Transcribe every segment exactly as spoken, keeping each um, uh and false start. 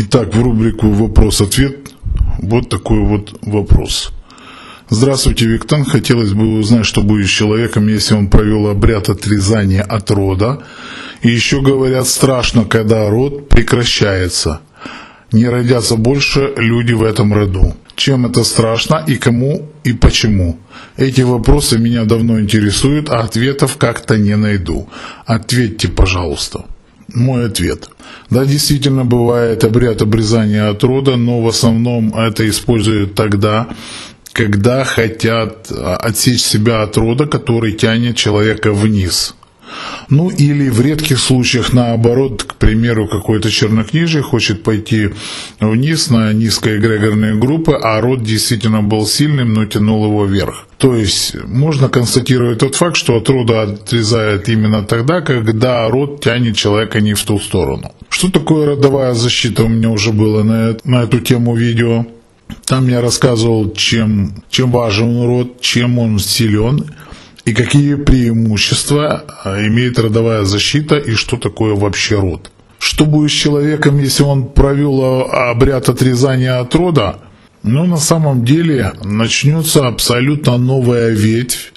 Итак, в рубрику «Вопрос-ответ» вот такой вот вопрос. Здравствуйте, Виктор. Хотелось бы узнать, что будет с человеком, если он провел обряд отрезания от рода. И еще говорят, страшно, когда род прекращается. Не родятся больше люди в этом роду. Чем это страшно и кому и почему? Эти вопросы меня давно интересуют, а ответов как-то не найду. Ответьте, пожалуйста. Мой ответ. Да, действительно бывает обряд обрезания от рода, но в основном это используют тогда, когда хотят отсечь себя от рода, который тянет человека вниз. Ну или в редких случаях наоборот, к примеру, какое-то чернокнижие хочет пойти вниз на низкоэгрегорные группы, а род действительно был сильным, но тянул его вверх. То есть можно констатировать тот факт, что от рода отрезают именно тогда, когда род тянет человека не в ту сторону. Что такое родовая защита? У меня уже было на, на эту тему видео. Там я рассказывал, чем, чем важен род, чем он силен, и какие преимущества имеет родовая защита, и что такое вообще род. Что будет с человеком, если он провел обряд отрезания от рода? Ну, на самом деле, начнется абсолютно новая ветвь,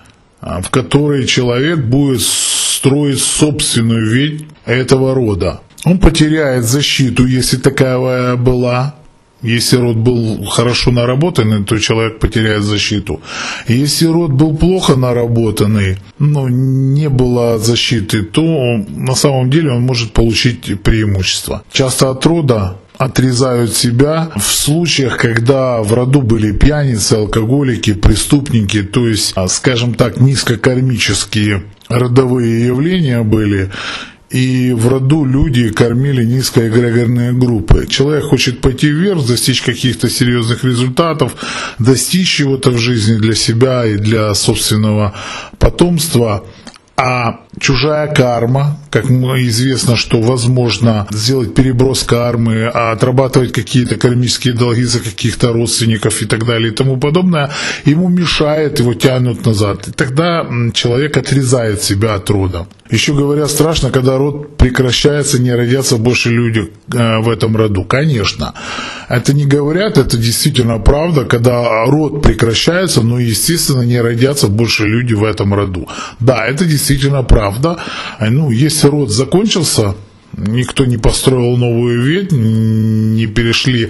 в которой человек будет строить собственную ветвь этого рода. Он потеряет защиту, если таковая была. Если род был хорошо наработанный, то человек потеряет защиту. Если род был плохо наработанный, но не было защиты, то на самом деле он может получить преимущество. Часто от рода отрезают себя в случаях, когда в роду были пьяницы, алкоголики, преступники, то есть, скажем так, низкокармические родовые явления были. И в роду люди кормили низкоэгрегорные группы. Человек хочет пойти вверх, достичь каких-то серьезных результатов, достичь чего-то в жизни для себя и для собственного потомства. А чужая карма, как известно, что возможно сделать переброс кармы, отрабатывать какие-то кармические долги за каких-то родственников и так далее и тому подобное, ему мешает, его тянут назад. И тогда человек отрезает себя от рода. Еще говорят, страшно, когда род прекращается, не родятся больше люди в этом роду. Конечно, это не говорят, это действительно правда, когда род прекращается, но, естественно, не родятся больше люди в этом роду. Да, это действительно правда. Ну, если род закончился, никто не построил новую ветвь, не перешли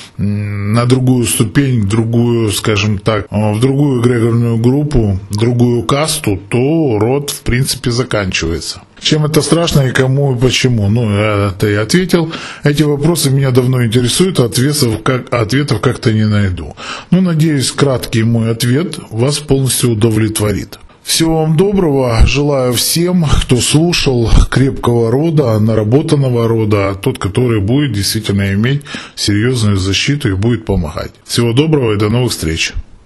на другую ступень, другую, скажем так, в другую эгрегорную группу, другую касту, то род, в принципе, заканчивается. Чем это страшно и кому и почему? Ну, это я ответил. Эти вопросы меня давно интересуют, а ответов, как, ответов как-то не найду. Ну, надеюсь, краткий мой ответ вас полностью удовлетворит. Всего вам доброго, желаю всем, кто слушал, крепкого рода, наработанного рода, тот, который будет действительно иметь серьезную защиту и будет помогать. Всего доброго и до новых встреч.